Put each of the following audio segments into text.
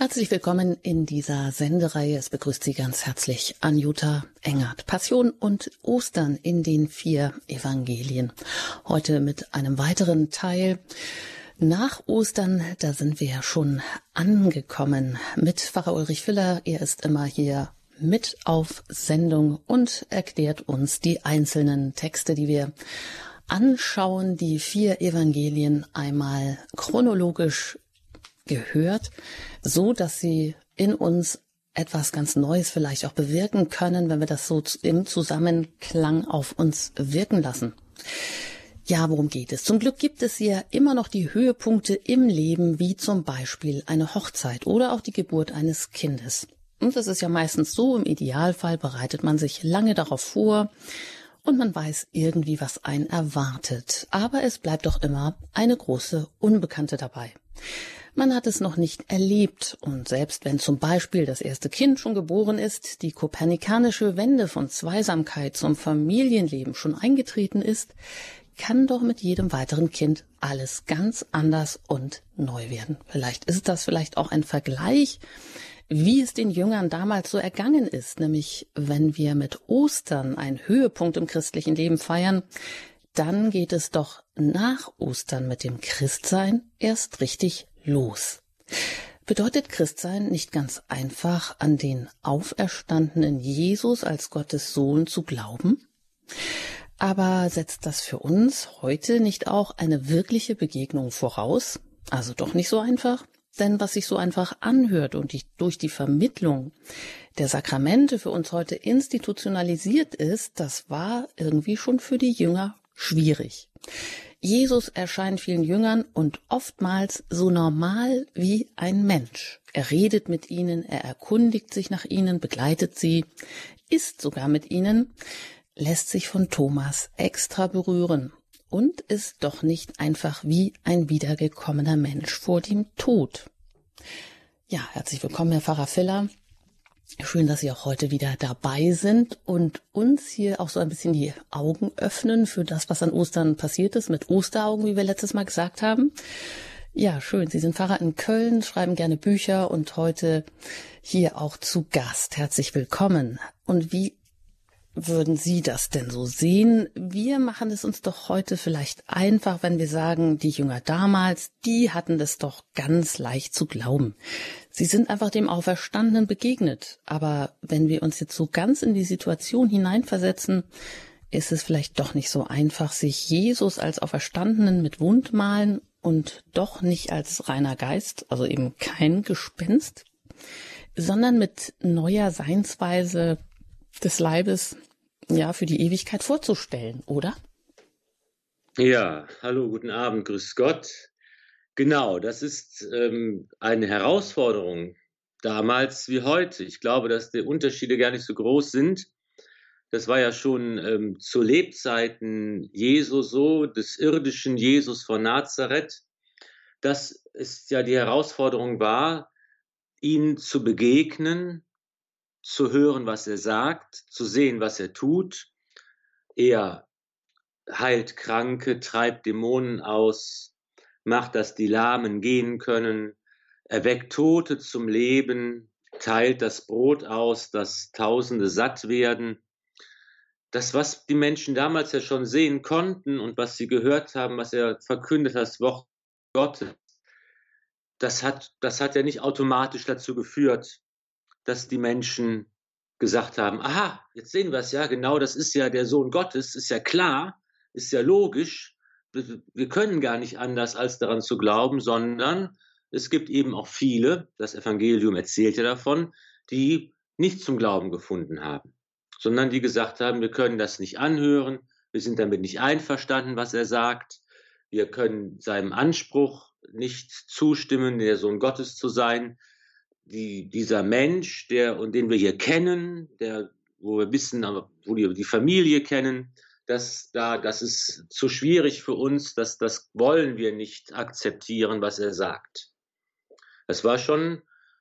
Herzlich willkommen in dieser Sendereihe. Es begrüßt Sie ganz herzlich Anjuta Engert. Passion und Ostern in den 4 Evangelien. Heute mit einem weiteren Teil. Nach Ostern, da sind wir ja schon angekommen mit Pfarrer Ulrich Filler. Er ist immer hier mit auf Sendung und erklärt uns die einzelnen Texte, die wir anschauen. Die 4 Evangelien einmal chronologisch gehört, so dass sie in uns etwas ganz Neues vielleicht auch bewirken können, wenn wir das so im Zusammenklang auf uns wirken lassen. Ja, worum geht es? Zum Glück gibt es ja immer noch die Höhepunkte im Leben, wie zum Beispiel eine Hochzeit oder auch die Geburt eines Kindes. Und das ist ja meistens so, im Idealfall bereitet man sich lange darauf vor und man weiß irgendwie, was einen erwartet. Aber es bleibt doch immer eine große Unbekannte dabei. Man hat es noch nicht erlebt und selbst wenn zum Beispiel das erste Kind schon geboren ist, die kopernikanische Wende von Zweisamkeit zum Familienleben schon eingetreten ist, kann doch mit jedem weiteren Kind alles ganz anders und neu werden. Vielleicht ist das auch ein Vergleich, wie es den Jüngern damals so ergangen ist, nämlich wenn wir mit Ostern einen Höhepunkt im christlichen Leben feiern, dann geht es doch nach Ostern mit dem Christsein erst richtig los. Bedeutet Christsein nicht ganz einfach, an den auferstandenen Jesus als Gottes Sohn zu glauben? Aber setzt das für uns heute nicht auch eine wirkliche Begegnung voraus? Also doch nicht so einfach? Denn was sich so einfach anhört und durch die Vermittlung der Sakramente für uns heute institutionalisiert ist, das war irgendwie schon für die Jünger schwierig. Jesus erscheint vielen Jüngern und oftmals so normal wie ein Mensch. Er redet mit ihnen, er erkundigt sich nach ihnen, begleitet sie, isst sogar mit ihnen, lässt sich von Thomas extra berühren und ist doch nicht einfach wie ein wiedergekommener Mensch vor dem Tod. Ja, herzlich willkommen, Herr Pfarrer Filler. Schön, dass Sie auch heute wieder dabei sind und uns hier auch so ein bisschen die Augen öffnen für das, was an Ostern passiert ist, mit Osteraugen, wie wir letztes Mal gesagt haben. Ja, schön. Sie sind Pfarrer in Köln, schreiben gerne Bücher und heute hier auch zu Gast. Herzlich willkommen. Und wie würden Sie das denn so sehen? Wir machen es uns doch heute vielleicht einfach, wenn wir sagen, die Jünger damals, die hatten es doch ganz leicht zu glauben. Sie sind einfach dem Auferstandenen begegnet. Aber wenn wir uns jetzt so ganz in die Situation hineinversetzen, ist es vielleicht doch nicht so einfach, sich Jesus als Auferstandenen mit Wundmalen und doch nicht als reiner Geist, also eben kein Gespenst, sondern mit neuer Seinsweise des Leibes, ja, für die Ewigkeit vorzustellen, oder? Ja, hallo, guten Abend, grüß Gott. Genau, das ist eine Herausforderung, damals wie heute. Ich glaube, dass die Unterschiede gar nicht so groß sind. Das war ja schon zu Lebzeiten Jesu so, des irdischen Jesus von Nazareth, dass es ja die Herausforderung war, ihm zu begegnen, zu hören, was er sagt, zu sehen, was er tut. Er heilt Kranke, treibt Dämonen aus, macht, dass die Lahmen gehen können, erweckt Tote zum Leben, teilt das Brot aus, dass Tausende satt werden. Das, was die Menschen damals ja schon sehen konnten und was sie gehört haben, was er verkündet hat, das Wort Gottes, das hat ja nicht automatisch dazu geführt, dass die Menschen gesagt haben, aha, jetzt sehen wir es ja, genau, das ist ja der Sohn Gottes, ist ja klar, ist ja logisch, wir können gar nicht anders, als daran zu glauben, sondern es gibt eben auch viele, das Evangelium erzählt ja davon, die nicht zum Glauben gefunden haben, sondern die gesagt haben, wir können das nicht anhören, wir sind damit nicht einverstanden, was er sagt, wir können seinem Anspruch nicht zustimmen, der Sohn Gottes zu sein. Dieser Mensch, den wir hier kennen, wo wir wissen, wo wir die Familie kennen, das ist zu schwierig für uns, das wollen wir nicht akzeptieren, was er sagt. Das war schon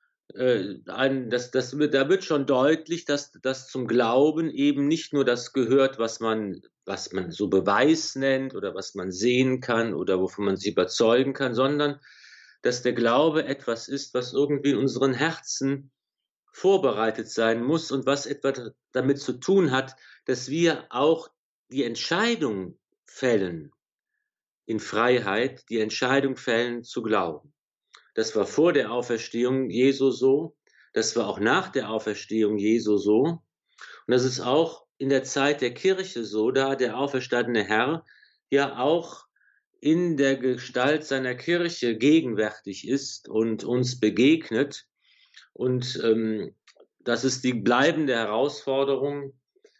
da wird schon deutlich, dass zum Glauben eben nicht nur das gehört, was man so Beweis nennt oder was man sehen kann oder wovon man sich überzeugen kann, sondern dass der Glaube etwas ist, was irgendwie in unseren Herzen vorbereitet sein muss und was etwas damit zu tun hat, dass wir auch die Entscheidung fällen, in Freiheit die Entscheidung fällen zu glauben. Das war vor der Auferstehung Jesu so, das war auch nach der Auferstehung Jesu so und das ist auch in der Zeit der Kirche so, da der auferstandene Herr ja auch in der Gestalt seiner Kirche gegenwärtig ist und uns begegnet. Und das ist die bleibende Herausforderung,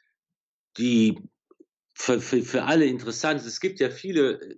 die für alle interessant ist. Es gibt ja viele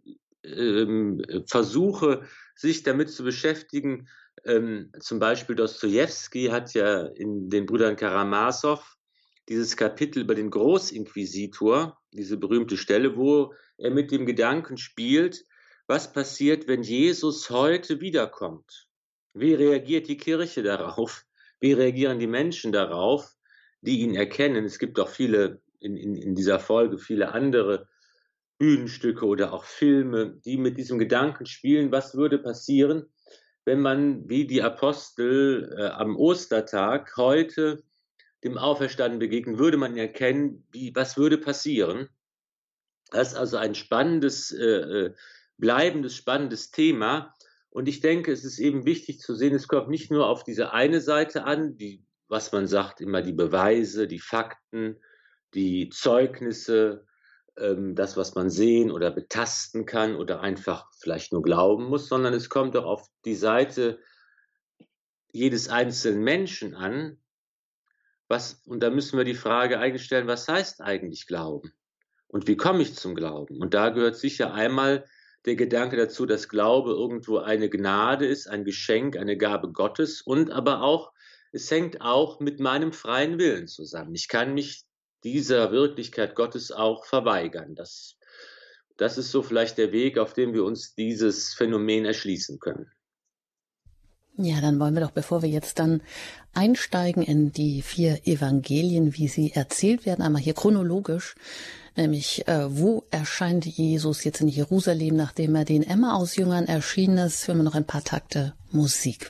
Versuche, sich damit zu beschäftigen. Zum Beispiel Dostojewski hat ja in den Brüdern Karamasow dieses Kapitel über den Großinquisitor, diese berühmte Stelle, wo er mit dem Gedanken spielt, was passiert, wenn Jesus heute wiederkommt? Wie reagiert die Kirche darauf? Wie reagieren die Menschen darauf, die ihn erkennen? Es gibt auch viele in dieser Folge viele andere Bühnenstücke oder auch Filme, die mit diesem Gedanken spielen, was würde passieren, wenn man wie die Apostel am Ostertag heute dem Auferstandenen begegnen, würde man erkennen, was würde passieren. Das ist also ein spannendes, bleibendes, spannendes Thema. Und ich denke, es ist eben wichtig zu sehen, es kommt nicht nur auf diese eine Seite an, was man sagt, immer die Beweise, die Fakten, die Zeugnisse, das, was man sehen oder betasten kann oder einfach vielleicht nur glauben muss, sondern es kommt auch auf die Seite jedes einzelnen Menschen an. Und da müssen wir die Frage eigentlich stellen, was heißt eigentlich Glauben? Und wie komme ich zum Glauben? Und da gehört sicher einmal der Gedanke dazu, dass Glaube irgendwo eine Gnade ist, ein Geschenk, eine Gabe Gottes und aber auch, es hängt auch mit meinem freien Willen zusammen. Ich kann mich dieser Wirklichkeit Gottes auch verweigern. Das ist so vielleicht der Weg, auf dem wir uns dieses Phänomen erschließen können. Ja, dann wollen wir doch, bevor wir jetzt dann einsteigen in die 4 Evangelien, wie sie erzählt werden, einmal hier chronologisch, nämlich wo erscheint Jesus jetzt in Jerusalem, nachdem er den Emmaus-Jüngern erschienen ist, hören wir noch ein paar Takte Musik.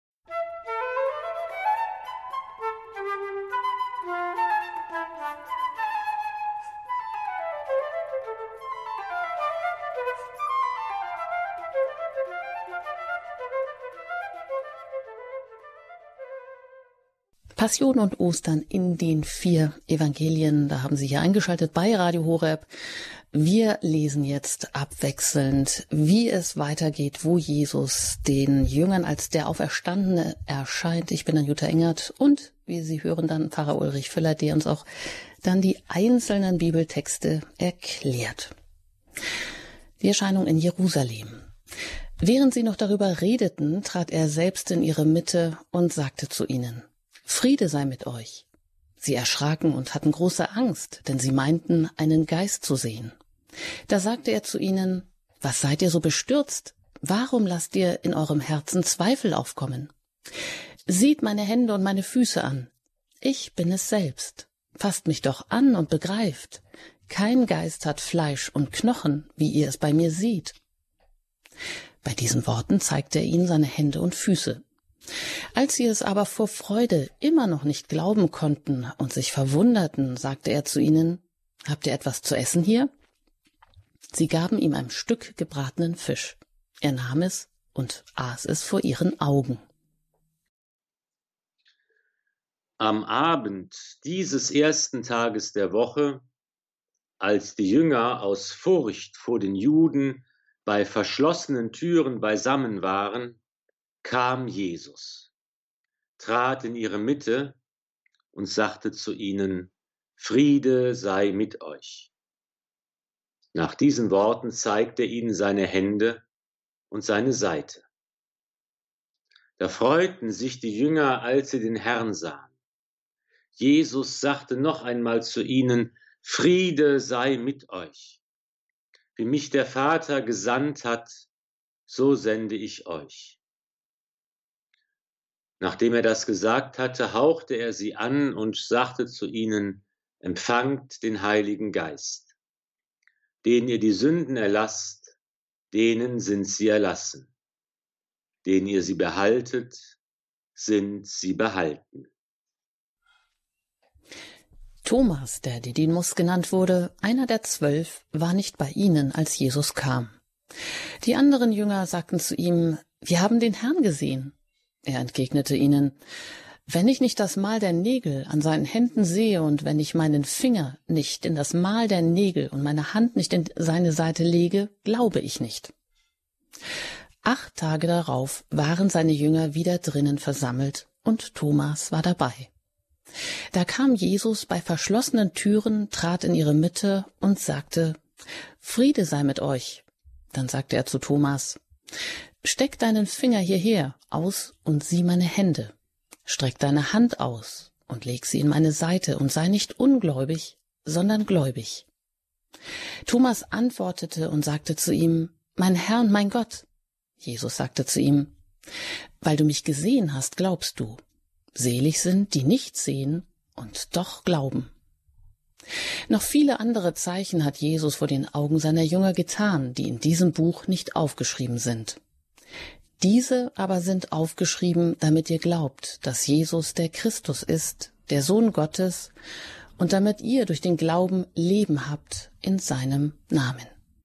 Passion und Ostern in den 4 Evangelien. Da haben Sie hier eingeschaltet bei Radio Horeb. Wir lesen jetzt abwechselnd, wie es weitergeht, wo Jesus den Jüngern als der Auferstandene erscheint. Ich bin dann Jutta Engert und wie Sie hören dann Pfarrer Ulrich Füller, der uns auch dann die einzelnen Bibeltexte erklärt. Die Erscheinung in Jerusalem. Während sie noch darüber redeten, trat er selbst in ihre Mitte und sagte zu ihnen: Friede sei mit euch. Sie erschraken und hatten große Angst, denn sie meinten, einen Geist zu sehen. Da sagte er zu ihnen: Was seid ihr so bestürzt? Warum lasst ihr in eurem Herzen Zweifel aufkommen? Seht meine Hände und meine Füße an. Ich bin es selbst. Fasst mich doch an und begreift. Kein Geist hat Fleisch und Knochen, wie ihr es bei mir seht. Bei diesen Worten zeigte er ihnen seine Hände und Füße. Als sie es aber vor Freude immer noch nicht glauben konnten und sich verwunderten, sagte er zu ihnen: Habt ihr etwas zu essen hier? Sie gaben ihm ein Stück gebratenen Fisch. Er nahm es und aß es vor ihren Augen. Am Abend dieses ersten Tages der Woche, als die Jünger aus Furcht vor den Juden bei verschlossenen Türen beisammen waren, kam Jesus, trat in ihre Mitte und sagte zu ihnen: Friede sei mit euch. Nach diesen Worten zeigte er ihnen seine Hände und seine Seite. Da freuten sich die Jünger, als sie den Herrn sahen. Jesus sagte noch einmal zu ihnen: Friede sei mit euch. Wie mich der Vater gesandt hat, so sende ich euch. Nachdem er das gesagt hatte, hauchte er sie an und sagte zu ihnen: Empfangt den Heiligen Geist. Denen ihr die Sünden erlasst, denen sind sie erlassen. denen ihr sie behaltet, sind sie behalten. Thomas, der Didymus genannt wurde, einer der 12, war nicht bei ihnen, als Jesus kam. Die anderen Jünger sagten zu ihm: Wir haben den Herrn gesehen. Er entgegnete ihnen: Wenn ich nicht das Mal der Nägel an seinen Händen sehe und wenn ich meinen Finger nicht in das Mal der Nägel und meine Hand nicht in seine Seite lege, glaube ich nicht. 8 Tage darauf waren seine Jünger wieder drinnen versammelt und Thomas war dabei. Da kam Jesus bei verschlossenen Türen, trat in ihre Mitte und sagte: Friede sei mit euch. Dann sagte er zu Thomas: Steck deinen Finger hierher aus und sieh meine Hände. Streck deine Hand aus und leg sie in meine Seite und sei nicht ungläubig, sondern gläubig. Thomas antwortete und sagte zu ihm: Mein Herr und mein Gott. Jesus sagte zu ihm: Weil du mich gesehen hast, glaubst du. Selig sind, die nicht sehen und doch glauben. Noch viele andere Zeichen hat Jesus vor den Augen seiner Jünger getan, die in diesem Buch nicht aufgeschrieben sind. Diese aber sind aufgeschrieben, damit ihr glaubt, dass Jesus der Christus ist, der Sohn Gottes, und damit ihr durch den Glauben Leben habt in seinem Namen.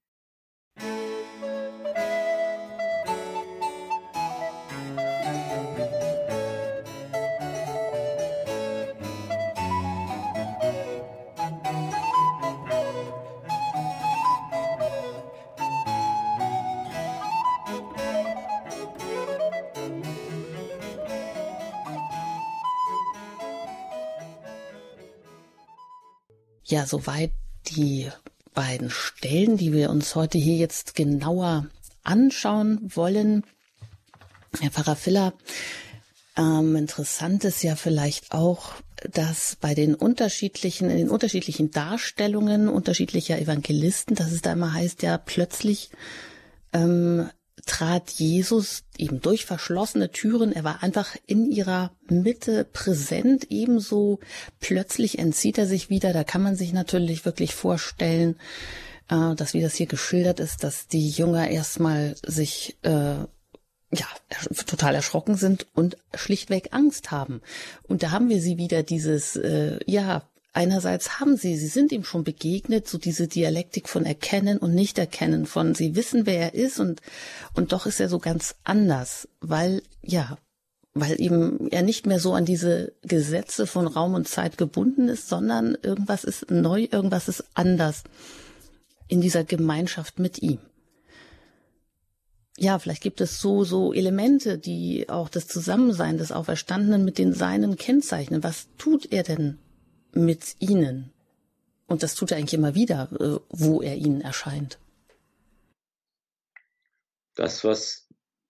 Ja, soweit die beiden Stellen, die wir uns heute hier jetzt genauer anschauen wollen. Herr Pfarrer Viller, interessant ist ja vielleicht auch, dass bei in den unterschiedlichen Darstellungen unterschiedlicher Evangelisten, dass es da immer heißt, ja, plötzlich trat Jesus eben durch verschlossene Türen, er war einfach in ihrer Mitte präsent, ebenso plötzlich entzieht er sich wieder. Da kann man sich natürlich wirklich vorstellen, dass, wie das hier geschildert ist, dass die Jünger erstmal sich total erschrocken sind und schlichtweg Angst haben. Und da haben wir sie wieder dieses, einerseits sie sind ihm schon begegnet, so diese Dialektik von Erkennen und Nicht-Erkennen, von sie wissen, wer er ist und doch ist er so ganz anders, weil eben er nicht mehr so an diese Gesetze von Raum und Zeit gebunden ist, sondern irgendwas ist neu, irgendwas ist anders in dieser Gemeinschaft mit ihm. Ja, vielleicht gibt es so Elemente, die auch das Zusammensein des Auferstandenen mit den Seinen kennzeichnen. Was tut er denn mit ihnen? Und das tut er eigentlich immer wieder, wo er ihnen erscheint. Das, was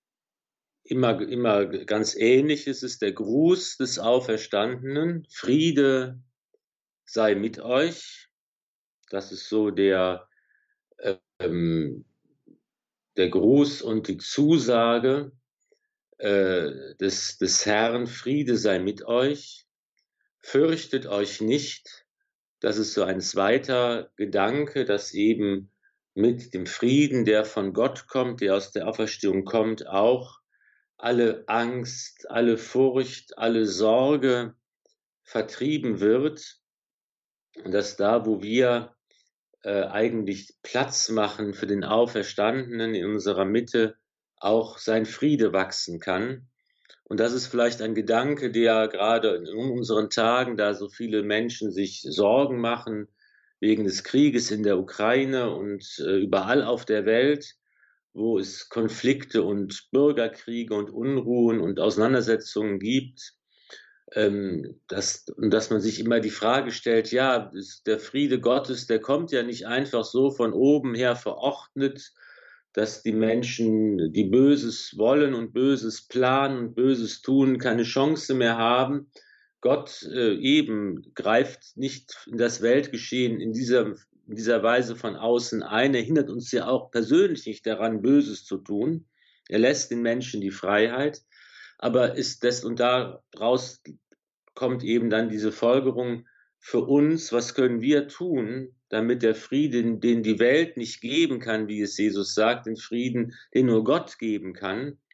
immer ganz ähnlich ist der Gruß des Auferstandenen. Friede sei mit euch. Das ist so der Gruß und die Zusage des Herrn. Friede sei mit euch. Fürchtet euch nicht. Das ist so ein zweiter Gedanke, dass eben mit dem Frieden, der von Gott kommt, der aus der Auferstehung kommt, auch alle Angst, alle Furcht, alle Sorge vertrieben wird. Und dass da, wo wir eigentlich Platz machen für den Auferstandenen in unserer Mitte, auch sein Friede wachsen kann. Und das ist vielleicht ein Gedanke, der gerade in unseren Tagen, da so viele Menschen sich Sorgen machen wegen des Krieges in der Ukraine und überall auf der Welt, wo es Konflikte und Bürgerkriege und Unruhen und Auseinandersetzungen gibt, dass man sich immer die Frage stellt, ja, der Friede Gottes, der kommt ja nicht einfach so von oben her verordnet, dass die Menschen, die Böses wollen und Böses planen und Böses tun, keine Chance mehr haben. Gott eben greift nicht in das Weltgeschehen in dieser Weise von außen ein. Er hindert uns ja auch persönlich nicht daran, Böses zu tun. Er lässt den Menschen die Freiheit. Aber und daraus kommt eben dann diese Folgerung für uns, was können wir tun, damit der Frieden, den die Welt nicht geben kann, wie es Jesus sagt, den Frieden, den nur Gott geben kann,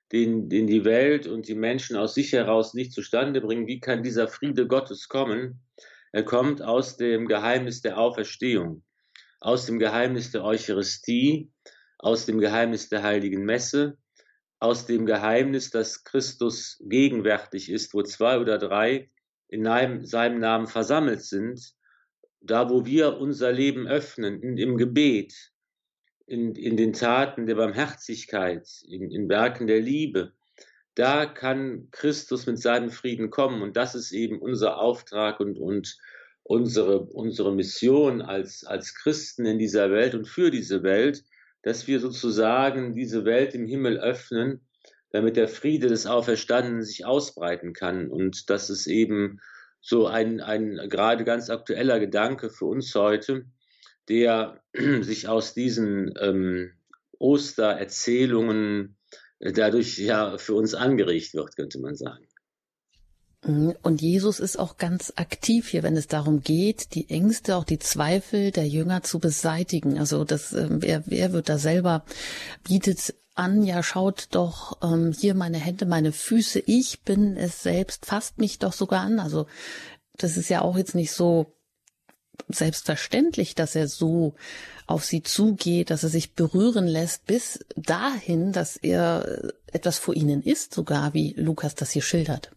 den die Welt und die Menschen aus sich heraus nicht zustande bringen. Wie kann dieser Friede Gottes kommen? Er kommt aus dem Geheimnis der Auferstehung, aus dem Geheimnis der Eucharistie, aus dem Geheimnis der Heiligen Messe, aus dem Geheimnis, dass Christus gegenwärtig ist, wo 2 oder 3 in seinem Namen versammelt sind, da wo wir unser Leben öffnen, im Gebet, in den Taten der Barmherzigkeit, in Werken der Liebe, da kann Christus mit seinem Frieden kommen. Und das ist eben unser Auftrag und unsere Mission als Christen in dieser Welt und für diese Welt, dass wir sozusagen diese Welt im Himmel öffnen, damit der Friede des Auferstandenen sich ausbreiten kann. Und das ist eben so ein gerade ganz aktueller Gedanke für uns heute, der sich aus diesen Ostererzählungen dadurch ja für uns angeregt wird, könnte man sagen. Und Jesus ist auch ganz aktiv hier, wenn es darum geht, die Ängste, auch die Zweifel der Jünger zu beseitigen. Also er wird da selber, bietet an, ja, schaut doch hier meine Hände, meine Füße, ich bin es selbst, fasst mich doch sogar an. Also das ist ja auch jetzt nicht so selbstverständlich, dass er so auf sie zugeht, dass er sich berühren lässt, bis dahin, dass er etwas vor ihnen ist, sogar wie Lukas das hier schildert.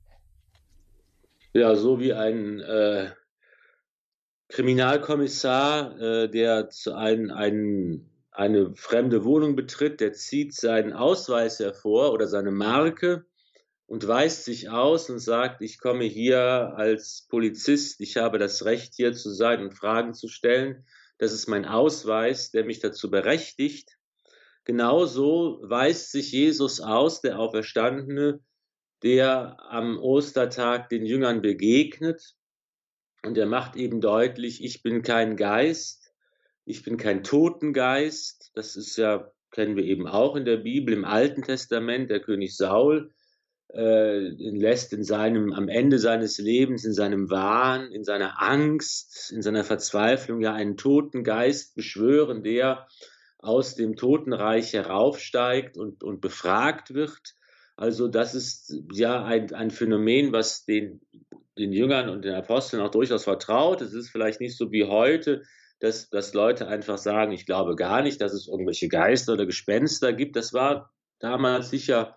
Ja, so wie ein Kriminalkommissar, der eine fremde Wohnung betritt, der zieht seinen Ausweis hervor oder seine Marke und weist sich aus und sagt, ich komme hier als Polizist, ich habe das Recht, hier zu sein und Fragen zu stellen. Das ist mein Ausweis, der mich dazu berechtigt. Genauso weist sich Jesus aus, der Auferstandene, der am Ostertag den Jüngern begegnet. Und er macht eben deutlich, ich bin kein Geist, ich bin kein Totengeist. Das ist ja, kennen wir eben auch in der Bibel, im Alten Testament, der König Saul lässt am Ende seines Lebens, in seinem Wahn, in seiner Angst, in seiner Verzweiflung ja einen toten Geist beschwören, der aus dem Totenreich heraufsteigt und befragt wird. Also das ist ja ein Phänomen, was den Jüngern und den Aposteln auch durchaus vertraut. Es ist vielleicht nicht so wie heute, dass Leute einfach sagen, ich glaube gar nicht, dass es irgendwelche Geister oder Gespenster gibt. Das war damals sicher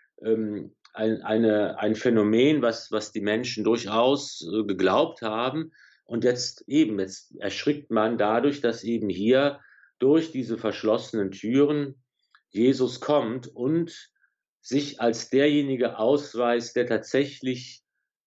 ein Phänomen, was die Menschen durchaus geglaubt haben. Und jetzt erschrickt man dadurch, dass eben hier durch diese verschlossenen Türen Jesus kommt und sich als derjenige ausweist, der tatsächlich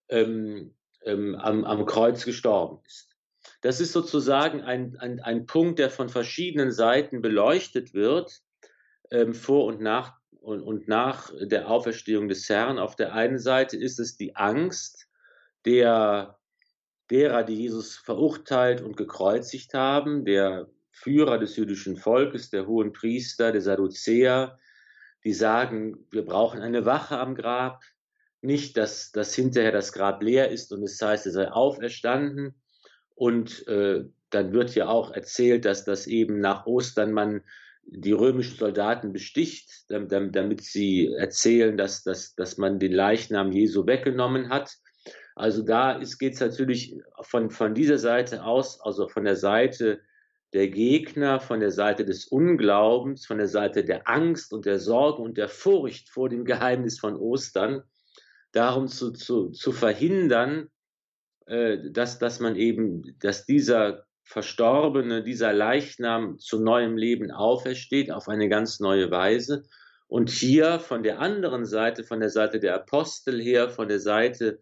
am Kreuz gestorben ist. Das ist sozusagen ein Punkt, der von verschiedenen Seiten beleuchtet wird, vor und nach der Auferstehung des Herrn. Auf der einen Seite ist es die Angst derer, die Jesus verurteilt und gekreuzigt haben, der Führer des jüdischen Volkes, der Hohenpriester, der Sadduzäer, die sagen, wir brauchen eine Wache am Grab, nicht, dass hinterher das Grab leer ist und es heißt, er sei auferstanden. Und dann wird ja auch erzählt, dass das eben nach Ostern man die römischen Soldaten besticht, damit sie erzählen, dass man den Leichnam Jesu weggenommen hat. Also da geht es natürlich von dieser Seite aus, also von der Seite der Gegner, von der Seite des Unglaubens, von der Seite der Angst und der Sorge und der Furcht vor dem Geheimnis von Ostern, darum zu verhindern, dass dieser Verstorbene, dieser Leichnam zu neuem Leben aufersteht auf eine ganz neue Weise. Und hier von der anderen Seite, von der Seite der Apostel her, von der Seite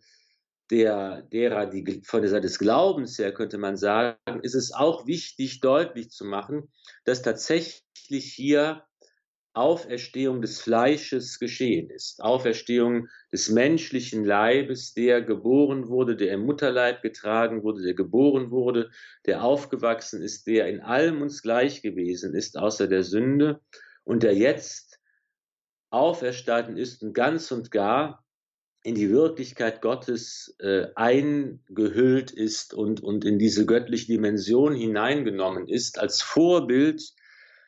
von der Seite des Glaubens her, könnte man sagen, ist es auch wichtig, deutlich zu machen, dass tatsächlich hier Auferstehung des Fleisches geschehen ist. Auferstehung des menschlichen Leibes, der geboren wurde, der im Mutterleib getragen wurde, der geboren wurde, der aufgewachsen ist, der in allem uns gleich gewesen ist, außer der Sünde, und der jetzt auferstanden ist und ganz und gar in die Wirklichkeit Gottes eingehüllt ist und in diese göttliche Dimension hineingenommen ist, als Vorbild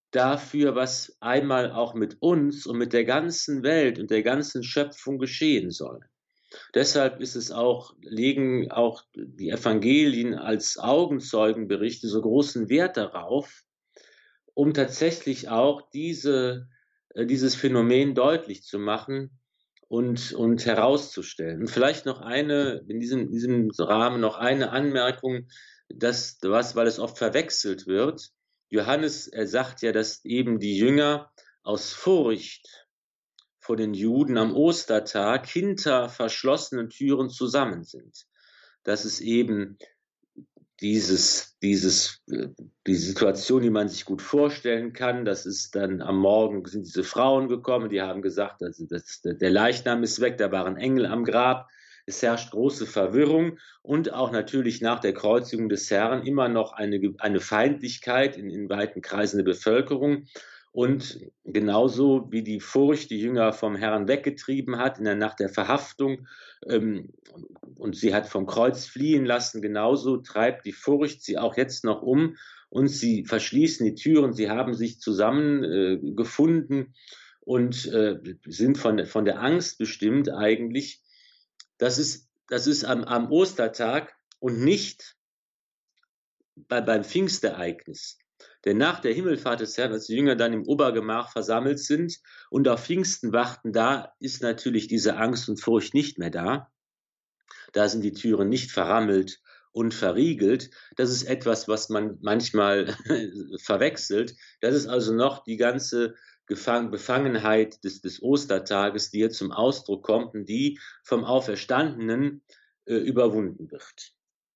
dafür, was einmal auch mit uns und mit der ganzen Welt und der ganzen Schöpfung geschehen soll. Deshalb legen auch die Evangelien als Augenzeugenberichte so großen Wert darauf, um tatsächlich auch dieses Phänomen deutlich zu machen und herauszustellen. Und vielleicht noch in diesem Rahmen noch eine Anmerkung, weil es oft verwechselt wird. Johannes, er sagt ja, dass eben die Jünger aus Furcht vor den Juden am Ostertag hinter verschlossenen Türen zusammen sind. Das ist eben die Situation, die man sich gut vorstellen kann. Das ist dann am Morgen sind diese Frauen gekommen, die haben gesagt, der Leichnam ist weg, da waren Engel am Grab. Es herrscht große Verwirrung und auch natürlich nach der Kreuzigung des Herrn immer noch eine Feindlichkeit in weiten Kreisen der Bevölkerung. Und genauso wie die Furcht die Jünger vom Herrn weggetrieben hat in der Nacht der Verhaftung, und sie hat vom Kreuz fliehen lassen, genauso treibt die Furcht sie auch jetzt noch um und sie verschließen die Türen, sie haben sich zusammengefunden und sind von der Angst bestimmt eigentlich. Das ist am Ostertag und nicht beim Pfingstereignis. Denn nach der Himmelfahrt des Herrn, als die Jünger dann im Obergemach versammelt sind und auf Pfingsten warten, da ist natürlich diese Angst und Furcht nicht mehr da. Da sind die Türen nicht verrammelt und verriegelt. Das ist etwas, was man manchmal verwechselt. Das ist also noch die ganze Befangenheit des Ostertages, die hier zum Ausdruck kommt und die vom Auferstandenen überwunden wird.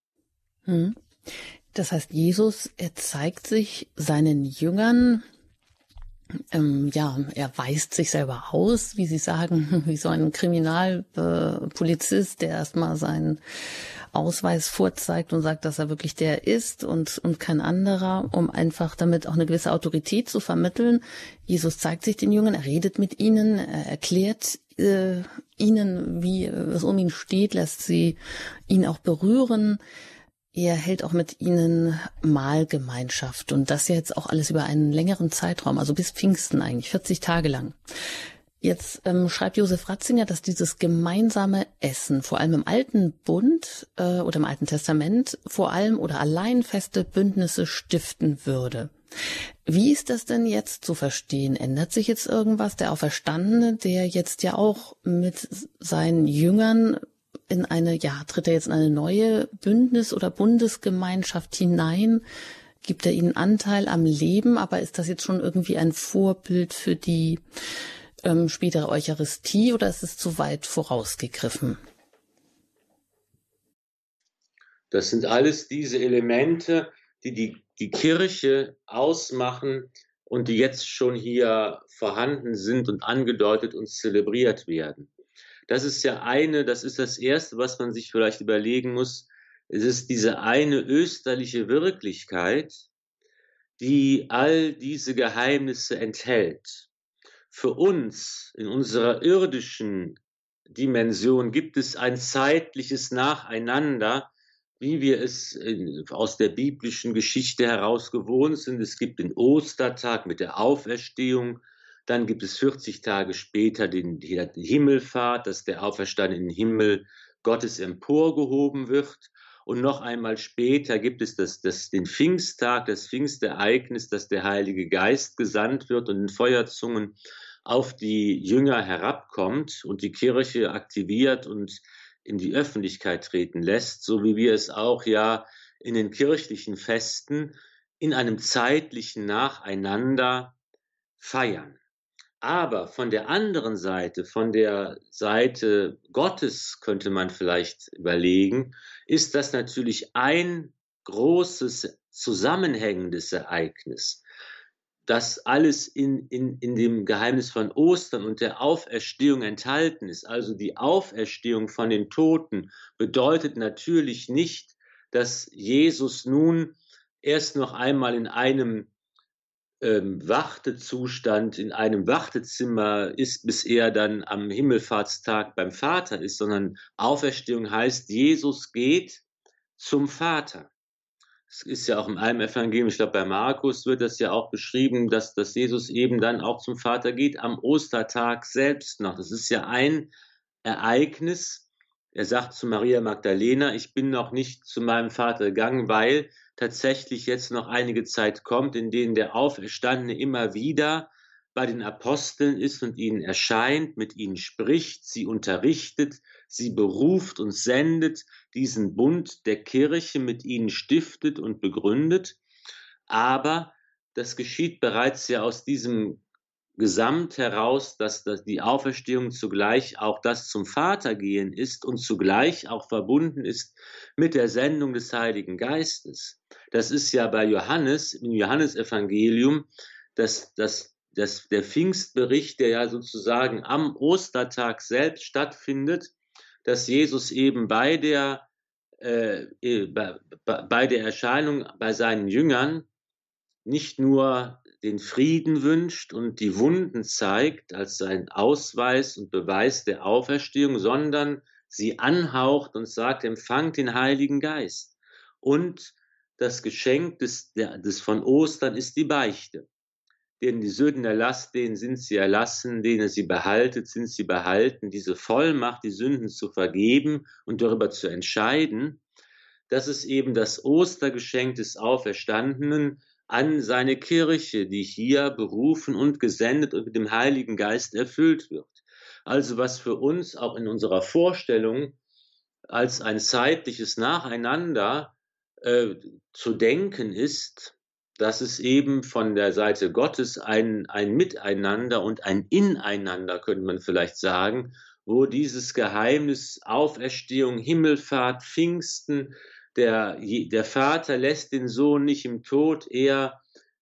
Das heißt, Jesus, er zeigt sich seinen Jüngern, er weist sich selber aus, wie Sie sagen, wie so ein Kriminalpolizist, der erstmal seinen Ausweis vorzeigt und sagt, dass er wirklich der ist und kein anderer, um einfach damit auch eine gewisse Autorität zu vermitteln. Jesus zeigt sich den Jüngern, er redet mit ihnen, er erklärt ihnen, wie es um ihn steht, lässt sie ihn auch berühren. Er hält auch mit ihnen Mahlgemeinschaft und das jetzt auch alles über einen längeren Zeitraum, also bis Pfingsten eigentlich, 40 Tage lang. Jetzt schreibt Josef Ratzinger, dass dieses gemeinsame Essen vor allem im Alten Bund oder im Alten Testament vor allem oder allein feste Bündnisse stiften würde. Wie ist das denn jetzt zu verstehen? Ändert sich jetzt irgendwas? Der Auferstandene, der jetzt ja auch mit seinen Jüngern tritt er jetzt in eine neue Bündnis- oder Bundesgemeinschaft hinein? Gibt er ihnen Anteil am Leben? Aber ist das jetzt schon irgendwie ein Vorbild für die spätere Eucharistie oder ist es zu weit vorausgegriffen? Das sind alles diese Elemente, die Kirche ausmachen und die jetzt schon hier vorhanden sind und angedeutet und zelebriert werden. Das ist das Erste, was man sich vielleicht überlegen muss. Es ist diese eine österliche Wirklichkeit, die all diese Geheimnisse enthält. Für uns in unserer irdischen Dimension gibt es ein zeitliches Nacheinander, wie wir es aus der biblischen Geschichte heraus gewohnt sind. Es gibt den Ostertag mit der Auferstehung, dann gibt es 40 Tage später die Himmelfahrt, dass der Auferstandene in den Himmel Gottes emporgehoben wird. Und noch einmal später gibt es den Pfingsttag, das Pfingstereignis, dass der Heilige Geist gesandt wird und in Feuerzungen auf die Jünger herabkommt und die Kirche aktiviert und in die Öffentlichkeit treten lässt, so wie wir es auch ja in den kirchlichen Festen in einem zeitlichen Nacheinander feiern. Aber von der anderen Seite, von der Seite Gottes könnte man vielleicht überlegen, ist das natürlich ein großes zusammenhängendes Ereignis, das alles in dem Geheimnis von Ostern und der Auferstehung enthalten ist. Also die Auferstehung von den Toten bedeutet natürlich nicht, dass Jesus nun erst noch einmal in einem Wartezustand, in einem Wartezimmer ist, bis er dann am Himmelfahrtstag beim Vater ist, sondern Auferstehung heißt, Jesus geht zum Vater. Es ist ja auch in einem Evangelium, ich glaube bei Markus wird das ja auch beschrieben, dass Jesus eben dann auch zum Vater geht, am Ostertag selbst noch. Das ist ja ein Ereignis. Er sagt zu Maria Magdalena, ich bin noch nicht zu meinem Vater gegangen, weil tatsächlich jetzt noch einige Zeit kommt, in denen der Auferstandene immer wieder bei den Aposteln ist und ihnen erscheint, mit ihnen spricht, sie unterrichtet, sie beruft und sendet, diesen Bund der Kirche mit ihnen stiftet und begründet. Aber das geschieht bereits ja aus diesem Gesamt heraus, dass die Auferstehung zugleich auch das zum Vater gehen ist und zugleich auch verbunden ist mit der Sendung des Heiligen Geistes. Das ist ja bei Johannes, im Johannesevangelium, der Pfingstbericht, der ja sozusagen am Ostertag selbst stattfindet, dass Jesus eben bei der Erscheinung bei seinen Jüngern nicht nur den Frieden wünscht und die Wunden zeigt als sein Ausweis und Beweis der Auferstehung, sondern sie anhaucht und sagt, empfangt den Heiligen Geist. Und das Geschenk des von Ostern ist die Beichte. Denen die Sünden erlasst, denen sind sie erlassen, denen sie behaltet, sind sie behalten. Diese Vollmacht, die Sünden zu vergeben und darüber zu entscheiden, das ist eben das Ostergeschenk des Auferstandenen an seine Kirche, die hier berufen und gesendet und mit dem Heiligen Geist erfüllt wird. Also was für uns auch in unserer Vorstellung als ein zeitliches Nacheinander zu denken ist, dass es eben von der Seite Gottes ein Miteinander und ein Ineinander, könnte man vielleicht sagen, wo dieses Geheimnis Auferstehung, Himmelfahrt, Pfingsten, der Vater lässt den Sohn nicht im Tod, er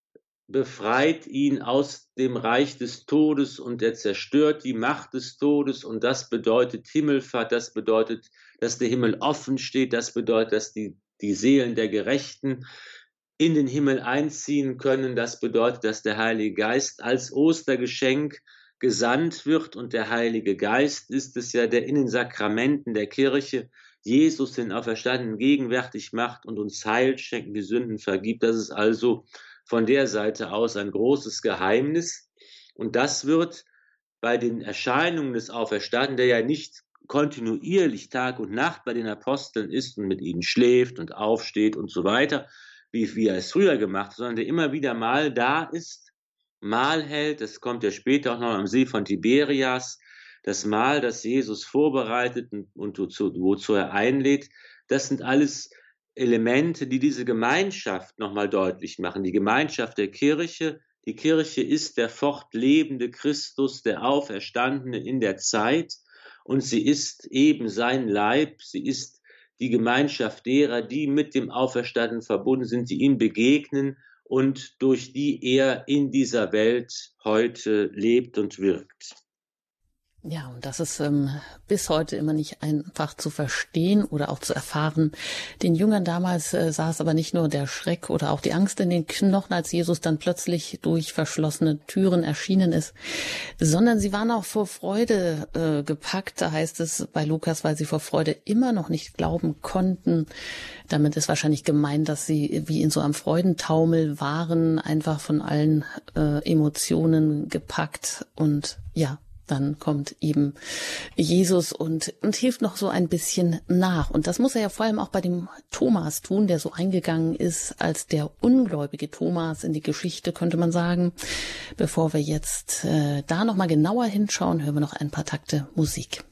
befreit ihn aus dem Reich des Todes und er zerstört die Macht des Todes und das bedeutet Himmelfahrt, das bedeutet, dass der Himmel offen steht, das bedeutet, dass die Seelen der Gerechten in den Himmel einziehen können, das bedeutet, dass der Heilige Geist als Ostergeschenk gesandt wird und der Heilige Geist ist es ja, der in den Sakramenten der Kirche Jesus, den Auferstandenen, gegenwärtig macht und uns Heil schenkt, die Sünden vergibt. Das ist also von der Seite aus ein großes Geheimnis. Und das wird bei den Erscheinungen des Auferstandenen, der ja nicht kontinuierlich Tag und Nacht bei den Aposteln ist und mit ihnen schläft und aufsteht und so weiter, wie er es früher gemacht hat, sondern der immer wieder mal da ist, Mahl hält. Das kommt ja später auch noch am See von Tiberias, das Mahl, das Jesus vorbereitet und wozu er einlädt, das sind alles Elemente, die diese Gemeinschaft nochmal deutlich machen. Die Gemeinschaft der Kirche. Die Kirche ist der fortlebende Christus, der Auferstandene in der Zeit und sie ist eben sein Leib, sie ist die Gemeinschaft derer, die mit dem Auferstandenen verbunden sind, die ihm begegnen und durch die er in dieser Welt heute lebt und wirkt. Ja, und das ist bis heute immer nicht einfach zu verstehen oder auch zu erfahren. Den Jüngern damals saß aber nicht nur der Schreck oder auch die Angst in den Knochen, als Jesus dann plötzlich durch verschlossene Türen erschienen ist, sondern sie waren auch vor Freude gepackt. Da heißt es bei Lukas, weil sie vor Freude immer noch nicht glauben konnten. Damit ist wahrscheinlich gemeint, dass sie wie in so einem Freudentaumel waren, einfach von allen Emotionen gepackt und ja, dann kommt eben Jesus und hilft noch so ein bisschen nach. Und das muss er ja vor allem auch bei dem Thomas tun, der so eingegangen ist als der ungläubige Thomas in die Geschichte, könnte man sagen. Bevor wir jetzt da nochmal genauer hinschauen, hören wir noch ein paar Takte Musik.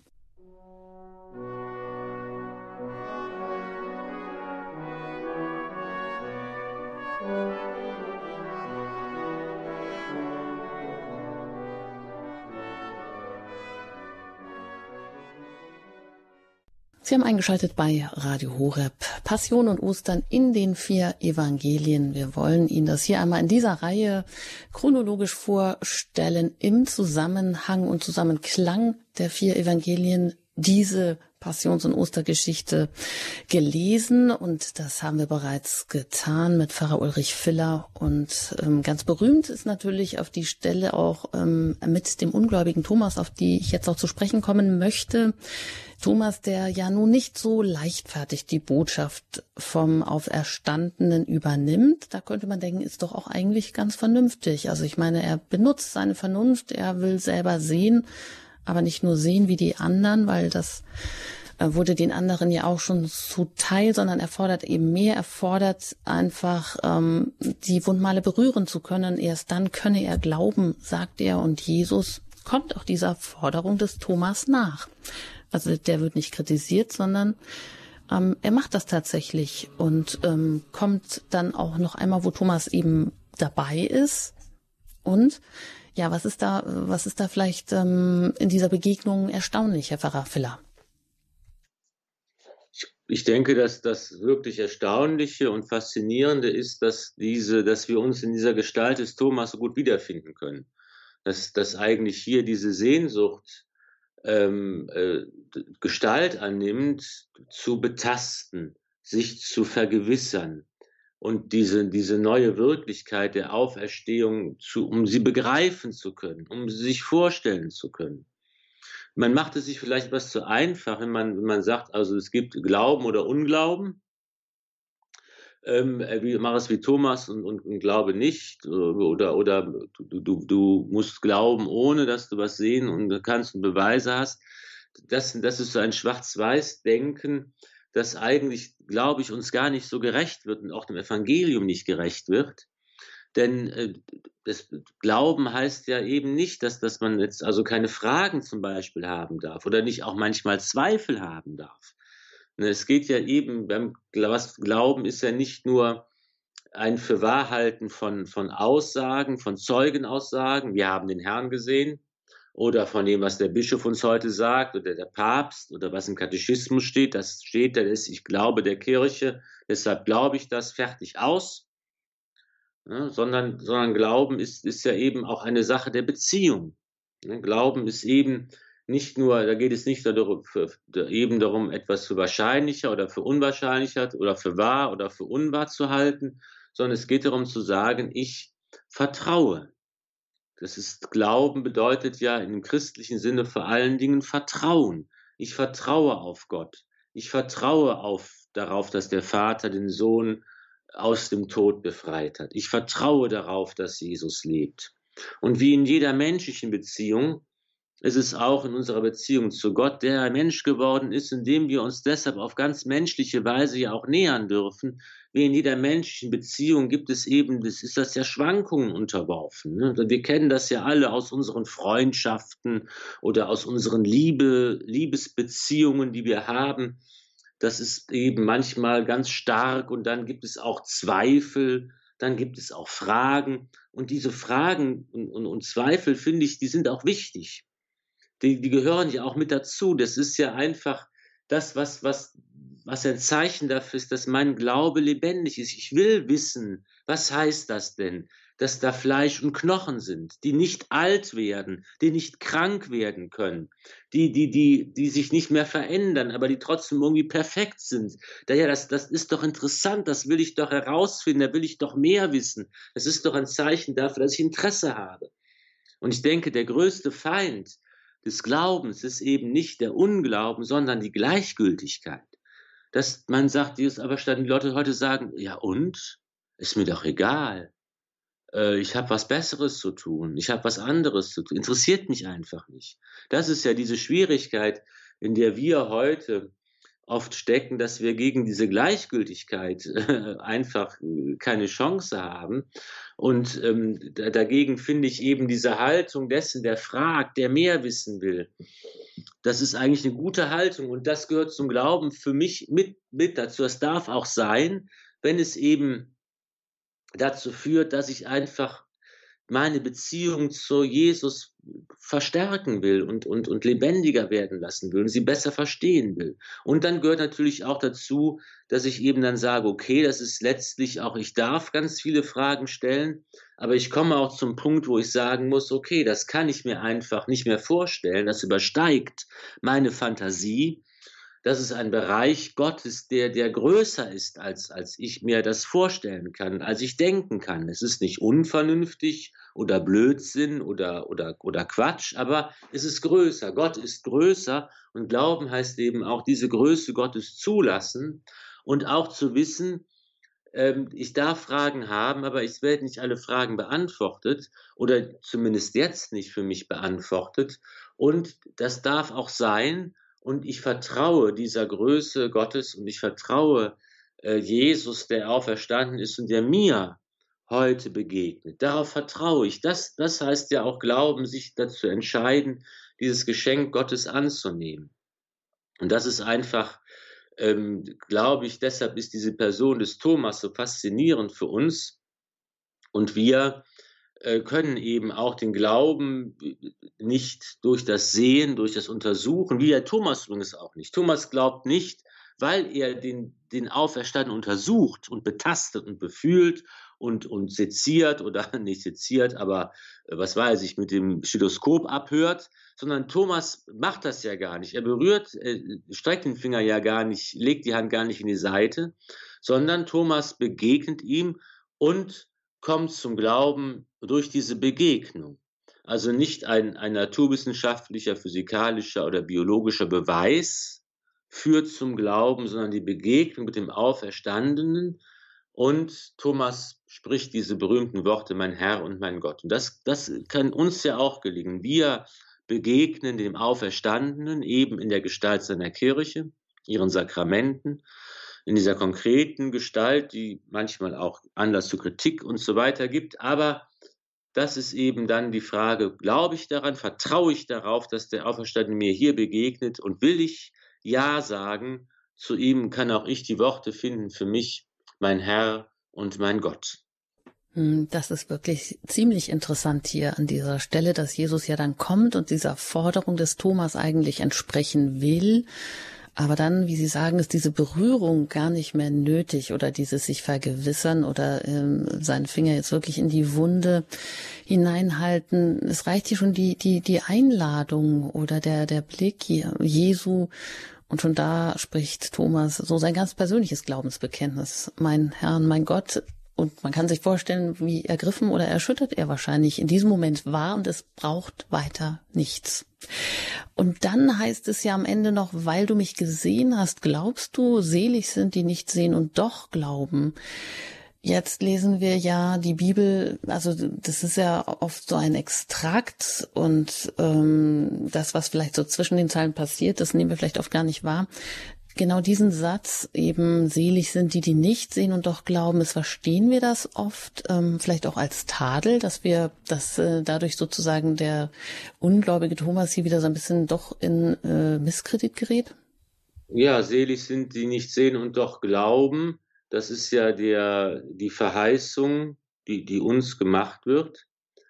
Sie haben eingeschaltet bei Radio Horeb, Passion und Ostern in den 4 Evangelien. Wir wollen Ihnen das hier einmal in dieser Reihe chronologisch vorstellen, im Zusammenhang und Zusammenklang der 4 Evangelien, diese Passions- und Ostergeschichte gelesen und das haben wir bereits getan mit Pfarrer Ulrich Filler und ganz berühmt ist natürlich auf die Stelle auch mit dem ungläubigen Thomas, auf die ich jetzt auch zu sprechen kommen möchte. Thomas, der ja nun nicht so leichtfertig die Botschaft vom Auferstandenen übernimmt, da könnte man denken, ist doch auch eigentlich ganz vernünftig. Also ich meine, er benutzt seine Vernunft, er will selber sehen, aber nicht nur sehen wie die anderen, weil das wurde den anderen ja auch schon zuteil, sondern er fordert eben mehr, er fordert einfach, die Wundmale berühren zu können. Erst dann könne er glauben, sagt er. Und Jesus kommt auch dieser Forderung des Thomas nach. Also der wird nicht kritisiert, sondern er macht das tatsächlich und kommt dann auch noch einmal, wo Thomas eben dabei ist. Und ja, was ist da vielleicht in dieser Begegnung erstaunlich, Herr Pfarrer Filler? Ich denke, dass das wirklich Erstaunliche und Faszinierende ist, dass wir uns in dieser Gestalt des Thomas so gut wiederfinden können. Dass eigentlich hier diese Sehnsucht Gestalt annimmt, zu betasten, sich zu vergewissern und diese neue Wirklichkeit der Auferstehung um sie begreifen zu können, um sie sich vorstellen zu können. Man macht es sich vielleicht etwas zu einfach, wenn man sagt, also es gibt Glauben oder Unglauben. Mach es wie Thomas und glaube nicht. Oder du musst glauben, ohne dass du was sehen und kannst und Beweise hast. Das ist so ein Schwarz-Weiß-Denken, das eigentlich, glaube ich, uns gar nicht so gerecht wird und auch dem Evangelium nicht gerecht wird. Denn das Glauben heißt ja eben nicht, dass man jetzt also keine Fragen zum Beispiel haben darf oder nicht auch manchmal Zweifel haben darf. Es geht ja eben beim Glauben ist ja nicht nur ein Fürwahrhalten von Aussagen, von Zeugenaussagen. Wir haben den Herrn gesehen oder von dem, was der Bischof uns heute sagt oder der Papst oder was im Katechismus steht. Das steht, da ist, ich glaube der Kirche, deshalb glaube ich das, fertig aus. Ja, sondern Glauben ist ja eben auch eine Sache der Beziehung. Glauben ist eben nicht nur, da geht es nicht eben darum, etwas für wahrscheinlicher oder für unwahrscheinlicher oder für wahr oder für unwahr zu halten, sondern es geht darum zu sagen, ich vertraue. Glauben bedeutet ja im christlichen Sinne vor allen Dingen Vertrauen. Ich vertraue auf Gott. Ich vertraue darauf, dass der Vater den Sohn aus dem Tod befreit hat. Ich vertraue darauf, dass Jesus lebt. Und wie in jeder menschlichen Beziehung ist es auch in unserer Beziehung zu Gott, der Mensch geworden ist, indem wir uns deshalb auf ganz menschliche Weise ja auch nähern dürfen. Wie in jeder menschlichen Beziehung gibt es eben, ist das ja Schwankungen unterworfen. Ne? Wir kennen das ja alle aus unseren Freundschaften oder aus unseren Liebesbeziehungen, die wir haben. Das ist eben manchmal ganz stark und dann gibt es auch Zweifel, dann gibt es auch Fragen. Und diese Fragen und Zweifel, finde ich, die sind auch wichtig. Die gehören ja auch mit dazu. Das ist ja einfach das, was ein Zeichen dafür ist, dass mein Glaube lebendig ist. Ich will wissen, was heißt das denn? Dass da Fleisch und Knochen sind, die nicht alt werden, die nicht krank werden können, die sich nicht mehr verändern, aber die trotzdem irgendwie perfekt sind. Daher, das ist doch interessant, das will ich doch herausfinden, da will ich doch mehr wissen. Das ist doch ein Zeichen dafür, dass ich Interesse habe. Und ich denke, der größte Feind des Glaubens ist eben nicht der Unglauben, sondern die Gleichgültigkeit. Dass man sagt, Jesus, aber statt die Leute heute sagen, ja und? Ist mir doch egal. Ich habe was Besseres zu tun. Ich habe was anderes zu tun. Interessiert mich einfach nicht. Das ist ja diese Schwierigkeit, in der wir heute oft stecken, dass wir gegen diese Gleichgültigkeit einfach keine Chance haben. Und dagegen finde ich eben diese Haltung dessen, der fragt, der mehr wissen will. Das ist eigentlich eine gute Haltung und das gehört zum Glauben für mich mit dazu. Das darf auch sein, wenn es eben dazu führt, dass ich einfach meine Beziehung zu Jesus verstärken will und lebendiger werden lassen will und sie besser verstehen will. Und dann gehört natürlich auch dazu, dass ich eben dann sage, okay, das ist letztlich auch, ich darf ganz viele Fragen stellen, aber ich komme auch zum Punkt, wo ich sagen muss, okay, das kann ich mir einfach nicht mehr vorstellen, das übersteigt meine Fantasie. Das ist ein Bereich Gottes, der größer ist, als ich mir das vorstellen kann, als ich denken kann. Es ist nicht unvernünftig oder Blödsinn oder Quatsch, aber es ist größer. Gott ist größer und Glauben heißt eben auch diese Größe Gottes zulassen und auch zu wissen, ich darf Fragen haben, aber es werden nicht alle Fragen beantwortet oder zumindest jetzt nicht für mich beantwortet. Und das darf auch sein. Und ich vertraue dieser Größe Gottes und ich vertraue Jesus, der auferstanden ist und der mir heute begegnet. Darauf vertraue ich. Das heißt ja auch Glauben, sich dazu entscheiden, dieses Geschenk Gottes anzunehmen. Und das ist einfach, glaube ich, deshalb ist diese Person des Thomas so faszinierend für uns. Und wir können eben auch den Glauben nicht durch das Sehen, durch das Untersuchen, wie der Thomas übrigens auch nicht. Thomas glaubt nicht, weil er den Auferstandenen untersucht und betastet und befühlt und seziert oder nicht seziert, aber was weiß ich, mit dem Stethoskop abhört, sondern Thomas macht das ja gar nicht. Er berührt, streckt den Finger ja gar nicht, legt die Hand gar nicht in die Seite, sondern Thomas begegnet ihm und kommt zum Glauben durch diese Begegnung. Also nicht ein naturwissenschaftlicher, physikalischer oder biologischer Beweis führt zum Glauben, sondern die Begegnung mit dem Auferstandenen. Und Thomas spricht diese berühmten Worte, mein Herr und mein Gott. Und das kann uns ja auch gelingen. Wir begegnen dem Auferstandenen eben in der Gestalt seiner Kirche, ihren Sakramenten, in dieser konkreten Gestalt, die manchmal auch Anlass zu Kritik und so weiter gibt. Aber das ist eben dann die Frage, glaube ich daran, vertraue ich darauf, dass der Auferstandene mir hier begegnet und will ich Ja sagen, zu ihm kann auch ich die Worte finden für mich, mein Herr und mein Gott. Das ist wirklich ziemlich interessant hier an dieser Stelle, dass Jesus ja dann kommt und dieser Forderung des Thomas eigentlich entsprechen will. Aber dann, wie Sie sagen, ist diese Berührung gar nicht mehr nötig oder dieses sich vergewissern oder seinen Finger jetzt wirklich in die Wunde hineinhalten. Es reicht hier schon die Einladung oder der Blick hier, Jesu. Und schon da spricht Thomas so sein ganz persönliches Glaubensbekenntnis. Mein Herr und mein Gott. Und man kann sich vorstellen, wie ergriffen oder erschüttert er wahrscheinlich in diesem Moment war und es braucht weiter nichts. Und dann heißt es ja am Ende noch, weil du mich gesehen hast, glaubst du, selig sind, die nicht sehen und doch glauben. Jetzt lesen wir ja die Bibel, also das ist ja oft so ein Extrakt und das, was vielleicht so zwischen den Zeilen passiert, das nehmen wir vielleicht oft gar nicht wahr. Genau diesen Satz, eben selig sind die nicht sehen und doch glauben, verstehen wir das oft, vielleicht auch als Tadel, dass dadurch sozusagen der ungläubige Thomas hier wieder so ein bisschen doch in Misskredit gerät? Ja, selig sind die nicht sehen und doch glauben. Das ist ja die Verheißung, die uns gemacht wird.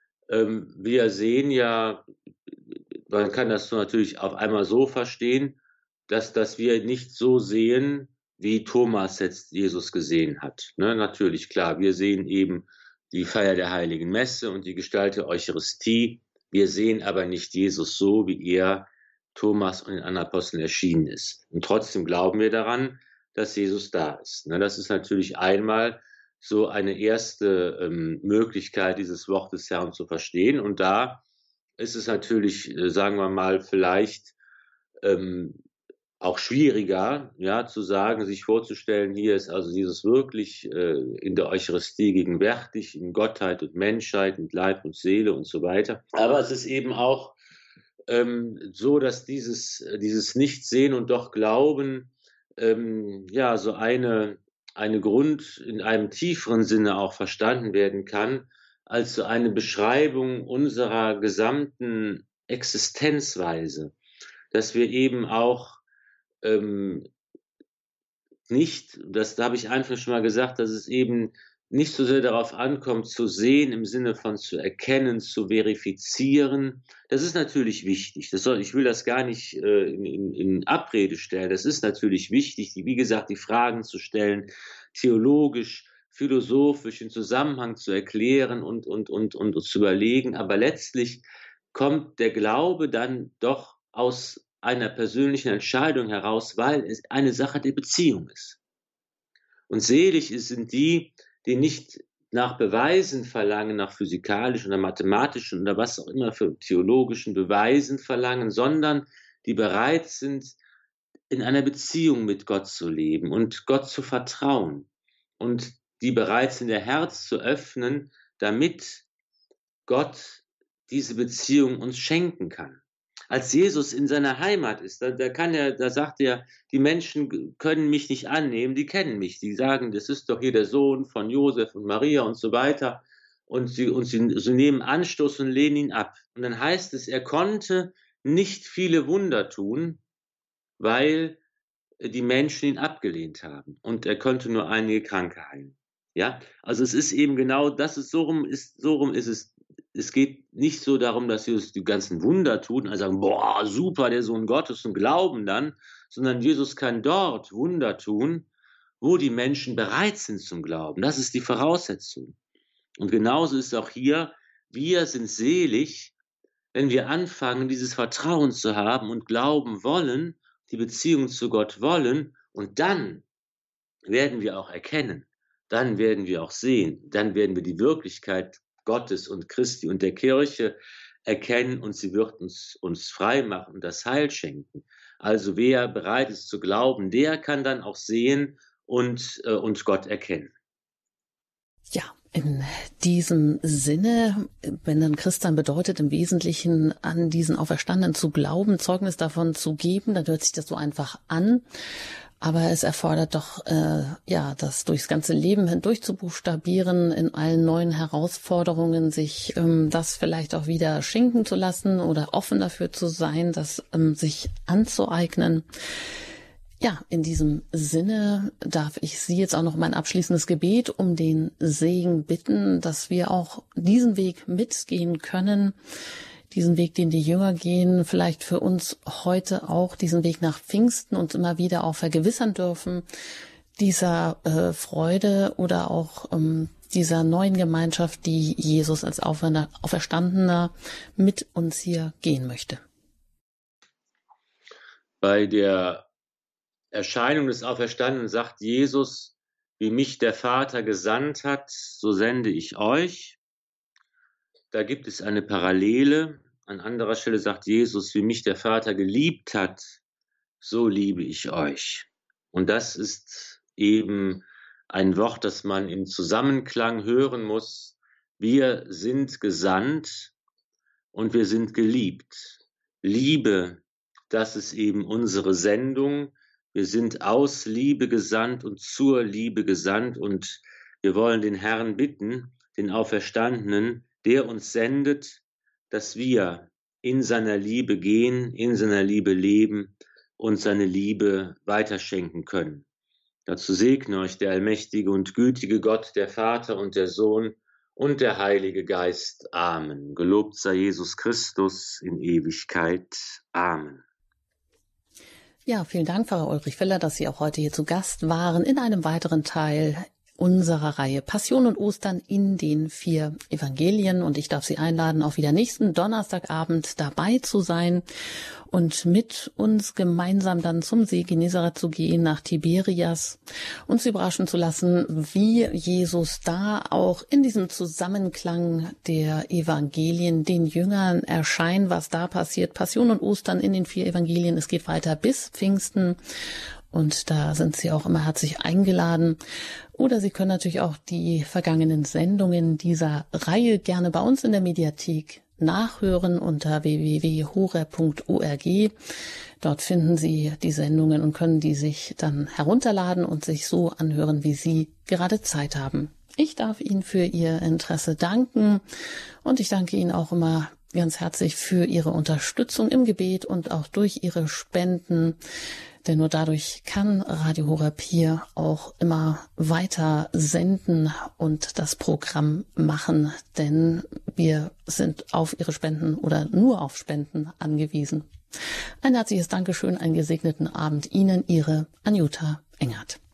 Wir sehen ja, man kann das so natürlich auf einmal so verstehen, dass wir nicht so sehen, wie Thomas jetzt Jesus gesehen hat. Ne? Natürlich, klar, wir sehen eben die Feier der Heiligen Messe und die Gestalt der Eucharistie. Wir sehen aber nicht Jesus so, wie er Thomas und den anderen Aposteln erschienen ist. Und trotzdem glauben wir daran, dass Jesus da ist. Ne? Das ist natürlich einmal so eine erste Möglichkeit, dieses Wort des Herrn zu verstehen. Und da ist es natürlich, sagen wir mal, vielleicht auch schwieriger, ja, zu sagen, sich vorzustellen, hier ist also Jesus wirklich in der Eucharistie gegenwärtig, in Gottheit und Menschheit, in Leib und Seele und so weiter. Aber es ist eben auch so, dass dieses Nichtsehen und doch Glauben, ja, so eine Grund in einem tieferen Sinne auch verstanden werden kann, als so eine Beschreibung unserer gesamten Existenzweise, dass wir eben auch nicht, da habe ich einfach schon mal gesagt, dass es eben nicht so sehr darauf ankommt, zu sehen im Sinne von zu erkennen, zu verifizieren. Das ist natürlich wichtig. Ich will das gar nicht in Abrede stellen. Das ist natürlich wichtig, wie gesagt, die Fragen zu stellen, theologisch, philosophisch in Zusammenhang zu erklären und zu überlegen. Aber letztlich kommt der Glaube dann doch aus einer persönlichen Entscheidung heraus, weil es eine Sache der Beziehung ist. Und selig sind die nicht nach Beweisen verlangen, nach physikalischen oder mathematischen oder was auch immer für theologischen Beweisen verlangen, sondern die bereit sind, in einer Beziehung mit Gott zu leben und Gott zu vertrauen und die bereit sind, ihr Herz zu öffnen, damit Gott diese Beziehung uns schenken kann. Als Jesus in seiner Heimat ist, da sagt er, die Menschen können mich nicht annehmen, die kennen mich. Die sagen, das ist doch hier der Sohn von Josef und Maria und so weiter. Und sie nehmen Anstoß und lehnen ihn ab. Und dann heißt es, er konnte nicht viele Wunder tun, weil die Menschen ihn abgelehnt haben. Und er konnte nur einige Kranke heilen. Ja, also es ist eben genau, so rum ist es. Es geht nicht so darum, dass Jesus die ganzen Wunder tut und sagen, boah, super, der Sohn Gottes und glauben dann, sondern Jesus kann dort Wunder tun, wo die Menschen bereit sind zum Glauben. Das ist die Voraussetzung. Und genauso ist es auch hier, wir sind selig, wenn wir anfangen, dieses Vertrauen zu haben und glauben wollen, die Beziehung zu Gott wollen, und dann werden wir auch erkennen, dann werden wir auch sehen, dann werden wir die Wirklichkeit Gottes und Christi und der Kirche erkennen, und sie wird uns frei machen und das Heil schenken. Also wer bereit ist zu glauben, der kann dann auch sehen und Gott erkennen. Ja, in diesem Sinne, wenn dann Christ dann bedeutet, im Wesentlichen an diesen Auferstandenen zu glauben, Zeugnis davon zu geben, dann hört sich das so einfach an. Aber es erfordert doch, das durchs ganze Leben hindurch zu buchstabieren, in allen neuen Herausforderungen sich das vielleicht auch wieder schenken zu lassen oder offen dafür zu sein, das sich anzueignen. Ja, in diesem Sinne darf ich Sie jetzt auch noch mein abschließendes Gebet um den Segen bitten, dass wir auch diesen Weg mitgehen können, diesen Weg, den die Jünger gehen, vielleicht für uns heute auch diesen Weg nach Pfingsten, uns immer wieder auch vergewissern dürfen, dieser Freude oder auch dieser neuen Gemeinschaft, die Jesus als Auferstandener mit uns hier gehen möchte. Bei der Erscheinung des Auferstandenen sagt Jesus, wie mich der Vater gesandt hat, so sende ich euch. Da gibt es eine Parallele. An anderer Stelle sagt Jesus, wie mich der Vater geliebt hat, so liebe ich euch. Und das ist eben ein Wort, das man im Zusammenklang hören muss. Wir sind gesandt und wir sind geliebt. Liebe, das ist eben unsere Sendung. Wir sind aus Liebe gesandt und zur Liebe gesandt, und wir wollen den Herrn bitten, den Auferstandenen, der uns sendet, dass wir in seiner Liebe gehen, in seiner Liebe leben und seine Liebe weiterschenken können. Dazu segne euch der allmächtige und gütige Gott, der Vater und der Sohn und der Heilige Geist. Amen. Gelobt sei Jesus Christus in Ewigkeit. Amen. Ja, vielen Dank, Pfarrer Ulrich Filler, dass Sie auch heute hier zu Gast waren in einem weiteren Teil unserer Reihe Passion und Ostern in den 4 Evangelien. Und ich darf Sie einladen, auch wieder nächsten Donnerstagabend dabei zu sein und mit uns gemeinsam dann zum See Genezareth zu gehen, nach Tiberias, uns überraschen zu lassen, wie Jesus da auch in diesem Zusammenklang der Evangelien den Jüngern erscheint, was da passiert. Passion und Ostern in den 4 Evangelien. Es geht weiter bis Pfingsten. Und da sind Sie auch immer herzlich eingeladen. Oder Sie können natürlich auch die vergangenen Sendungen dieser Reihe gerne bei uns in der Mediathek nachhören unter www.horeb.org. Dort finden Sie die Sendungen und können die sich dann herunterladen und sich so anhören, wie Sie gerade Zeit haben. Ich darf Ihnen für Ihr Interesse danken, und ich danke Ihnen auch immer ganz herzlich für Ihre Unterstützung im Gebet und auch durch Ihre Spenden. Denn nur dadurch kann Radio Horeb hier auch immer weiter senden und das Programm machen, denn wir sind auf Ihre Spenden oder nur auf Spenden angewiesen. Ein herzliches Dankeschön, einen gesegneten Abend Ihnen, Ihre Anjuta Engert.